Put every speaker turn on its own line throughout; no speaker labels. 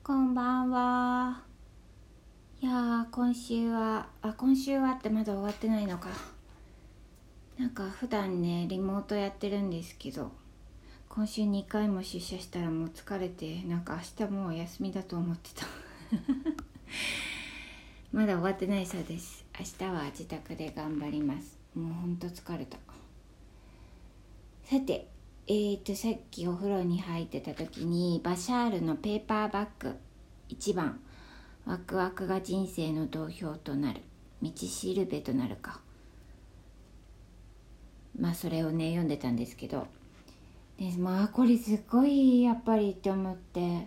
こんばんは。いやー、今週はってまだ終わってないのか。なんか普段ねリモートやってるんですけど、今週2回も出社したらもう疲れて、なんか明日もうお休みだと思ってたまだ終わってないそうです。明日は自宅で頑張ります。もうほんと疲れた。さて、さっきお風呂に入ってた時にバシャールのペーパーバッグ1番、ワクワクが人生の道標となる、道しるべとなるか、それをね読んでたんですけど、でこれすごいやっぱりって思って、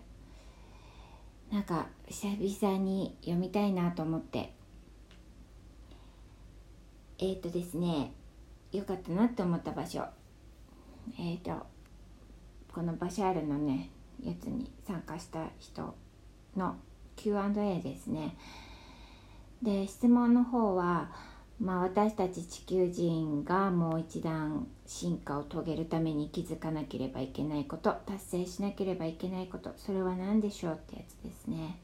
なんか久々に読みたいなと思って、ですね、よかったなって思った場所、このバシャールのねやつに参加した人の Q&A ですね。で、質問の方は、私たち地球人がもう一段進化を遂げるために気づかなければいけないこと、達成しなければいけないこと、それは何でしょうってやつですね。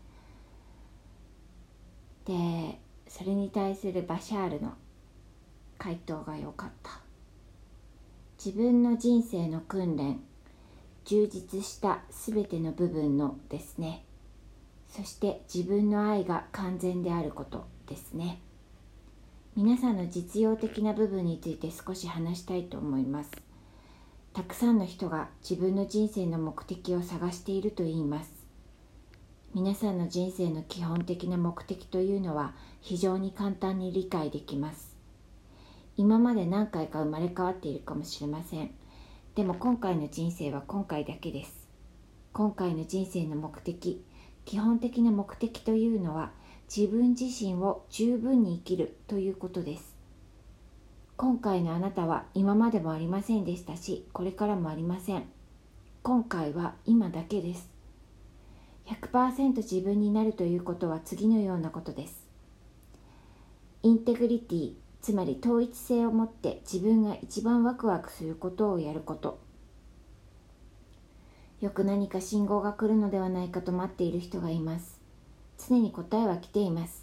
で、それに対するバシャールの回答が良かった。自分の人生の訓練、充実したすべての部分のですね。そして自分の愛が完全であることですね。皆さんの実用的な部分について少し話したいと思います。たくさんの人が自分の人生の目的を探していると言います。皆さんの人生の基本的な目的というのは非常に簡単に理解できます。今まで何回か生まれ変わっているかもしれません。でも今回の人生は今回だけです。今回の人生の目的、基本的な目的というのは自分自身を十分に生きるということです。今回のあなたは今までもありませんでしたし、これからもありません。今回は今だけです。100% 自分になるということは次のようなことです。インテグリティ、つまり統一性を持って自分が一番ワクワクすることをやること。よく何か信号が来るのではないかと待っている人がいます。常に答えは来ています。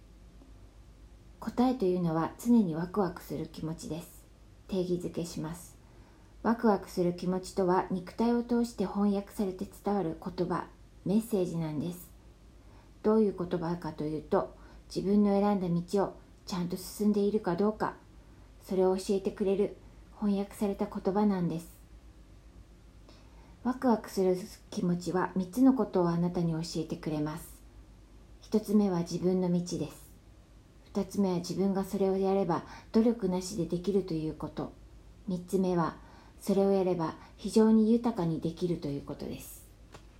答えというのは常にワクワクする気持ちです。定義づけします。ワクワクする気持ちとは肉体を通して翻訳されて伝わる言葉、メッセージなんです。どういう言葉かというと、自分の選んだ道をちゃんと進んでいるかどうか、それを教えてくれる翻訳された言葉なんです。ワクワクする気持ちは3つのことをあなたに教えてくれます。1つ目は自分の道です。2つ目は自分がそれをやれば努力なしでできるということ。3つ目はそれをやれば非常に豊かにできるということです。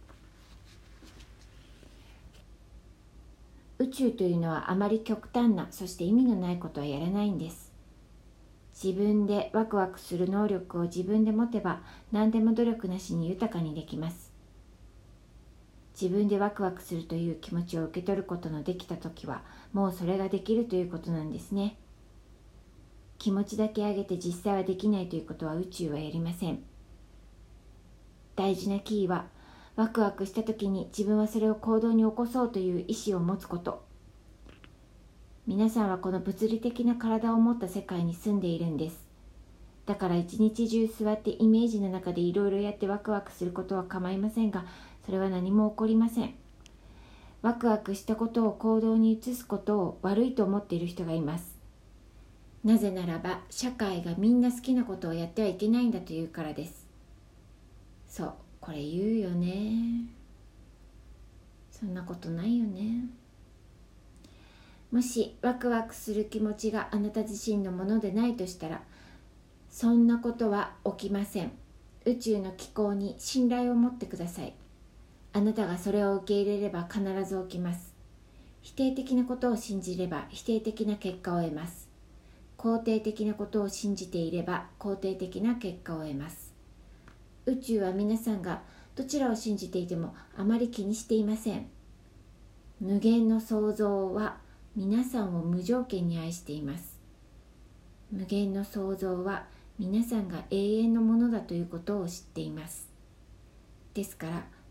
宇宙というのはあまり極端な、そして意味のないことはやらないんです。自分でワクワクする能力を自分で持てば何でも努力なしに豊かにできます。自分でワクワクするという気持ちを受け取ることのできたときは、もうそれができるということなんですね。気持ちだけ上げて実際はできないということは宇宙はやりません。大事なキーは、ワクワクしたときに自分はそれを行動に起こそうという意志を持つこと。皆さんはこの物理的な体を持った世界に住んでいるんです。だから一日中座ってイメージの中でいろいろやってワクワクすることは構いませんが、それは何も起こりません。ワクワクしたことを行動に移すことを悪いと思っている人がいます。なぜならば、社会がみんな好きなことをやってはいけないんだというからです。そう、これ言うよね。そんなことないよね。もしワクワクする気持ちがあなた自身のものでないとしたら、そんなことは起きません。宇宙の機構に信頼を持ってください。あなたがそれを受け入れれば必ず起きます。否定的なことを信じれば否定的な結果を得ます。肯定的なことを信じていれば肯定的な結果を得ます。宇宙は皆さんがどちらを信じていてもあまり気にしていません。無限の創造は皆さんを無条件に愛しています。無限の創造は皆さんが永遠のものだということを知っています。ですから、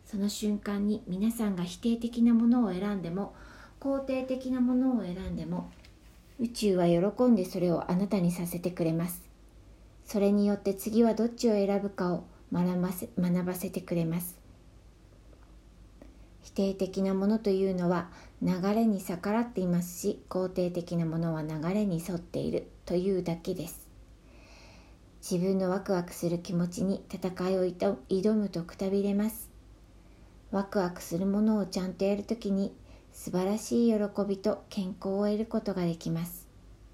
その瞬間に皆さんが否定的なものを選んでも肯定的なものを選んでも、宇宙は喜んでそれをあなたにさせてくれます。それによって次はどっちを選ぶかを学ばせてくれます。否定的なものというのは流れに逆らっていますし、肯定的なものは流れに沿っているというだけです。自分のワクワクする気持ちに戦いを挑むとくたびれます。ワクワクするものをちゃんとやるときに素晴らしい喜びと健康を得ることができます。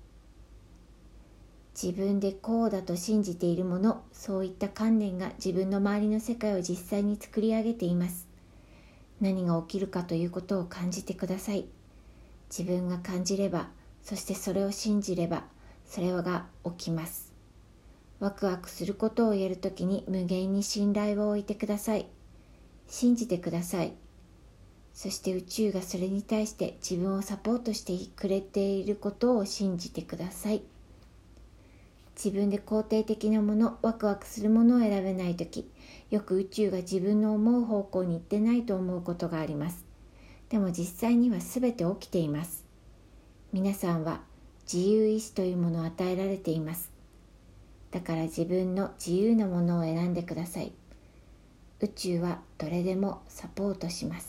自分でこうだと信じているもの、そういった観念が自分の周りの世界を実際に作り上げています。何が起きるかということを感じてください。自分が感じれば、そしてそれを信じれば、それが起きます。ワクワクすることをやるときに無限に信頼を置いてください。信じてください。そして宇宙がそれに対して自分をサポートしてくれていることを信じてください。自分で肯定的なもの、ワクワクするものを選べないとき、よく宇宙が自分の思う方向に行ってないと思うことがあります。でも実際には全て起きています。皆さんは自由意志というものを与えられています。だから自分の自由なものを選んでください。宇宙はどれでもサポートします。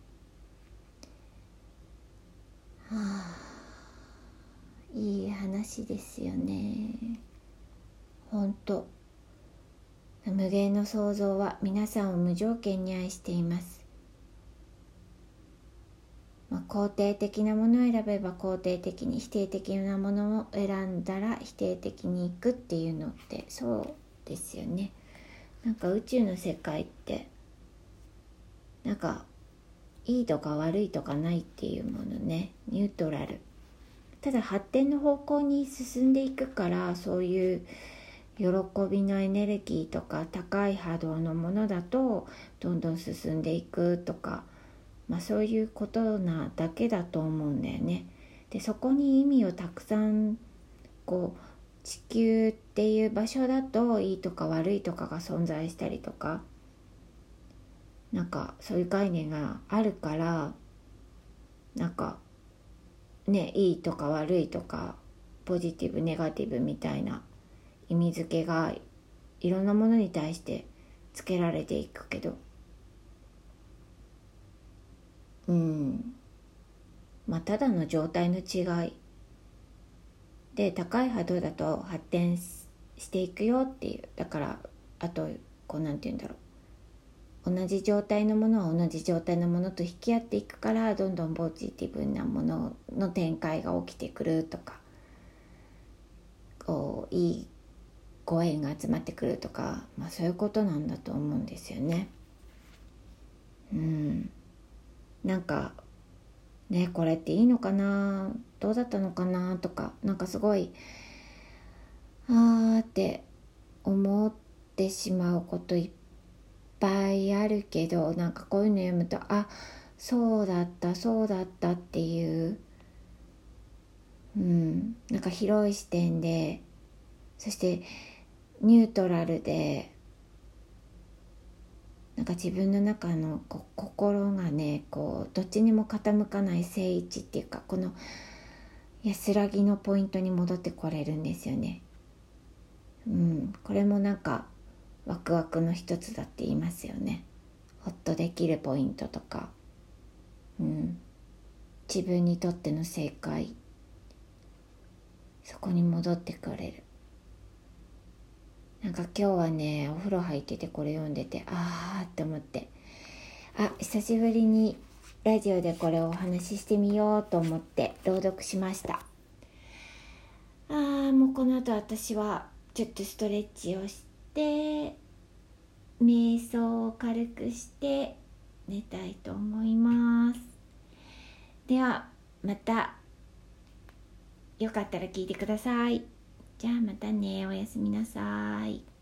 いい話ですよね。本当。無限の創造は皆さんを無条件に愛しています。肯定的なものを選べば肯定的に、否定的なものを選んだら否定的に行くっていうのってそうですよね。なんか宇宙の世界ってなんかいいとか悪いとかないっていうものね、ニュートラル。ただ発展の方向に進んでいくから、そういう喜びのエネルギーとか高い波動のものだとどんどん進んでいくとか、そういうことなだけだと思うんだよね。でそこに意味をたくさん地球っていう場所だといいとか悪いとかが存在したりとか、なんかそういう概念があるから、なんかね、いいとか悪いとかポジティブネガティブみたいな意味付けがいろんなものに対してつけられていくけど、ただの状態の違いで、高い波動だと発展していくよっていう。だからあとなんて言うんだろう、同じ状態のものは同じ状態のものと引き合っていくから、どんどんポジティブなものの展開が起きてくるとか、いいご縁が集まってくるとか、そういうことなんだと思うんですよね。なんかね、これっていいのかな、どうだったのかなとか、なんかすごいって思ってしまうこといっぱいあるけど、なんかこういうの読むと、そうだったっていう、なんか広い視点で、そしてニュートラルで、なんか自分の中の心がね、どっちにも傾かない正位置っていうか、この安らぎのポイントに戻ってこれるんですよね。これもなんかワクワクの一つだって言いますよね。ほっとできるポイントとか、自分にとっての正解、そこに戻ってくれる。なんか今日はね、お風呂入っててこれ読んでてって思って、久しぶりにラジオでこれをお話ししてみようと思って朗読しました。もうこの後私はちょっとストレッチをして瞑想を軽くして寝たいと思います。ではまたよかったら聞いてください。じゃあまたね、おやすみなさい。